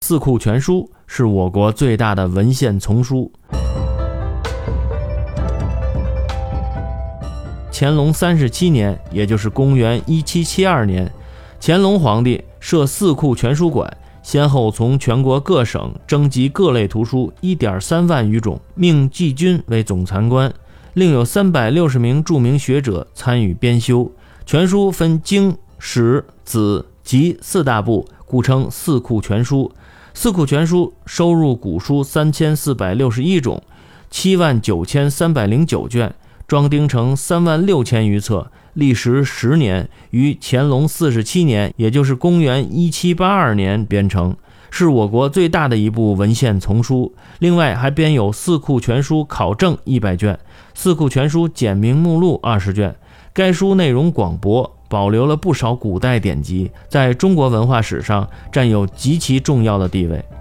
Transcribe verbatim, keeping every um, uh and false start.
四库全书是我国最大的文献丛书。乾隆三十七年，也就是公元一七七二年，乾隆皇帝设四库全书馆，先后从全国各省征集各类图书 一点三万余种，命季军为总参观，另有三百六十名著名学者参与编修。全书分经、史、子、集四大部，故称四库全书。四库全书收入古书三千四百六十一种，七万九千三百零九卷，装订成三万六千余册，历时十年，于乾隆四十七年，也就是公元一七八二年编成，是我国最大的一部文献丛书。另外还编有四库全书考证一百卷，四库全书简明目录二十卷。该书内容广博，保留了不少古代典籍，在中国文化史上占有极其重要的地位。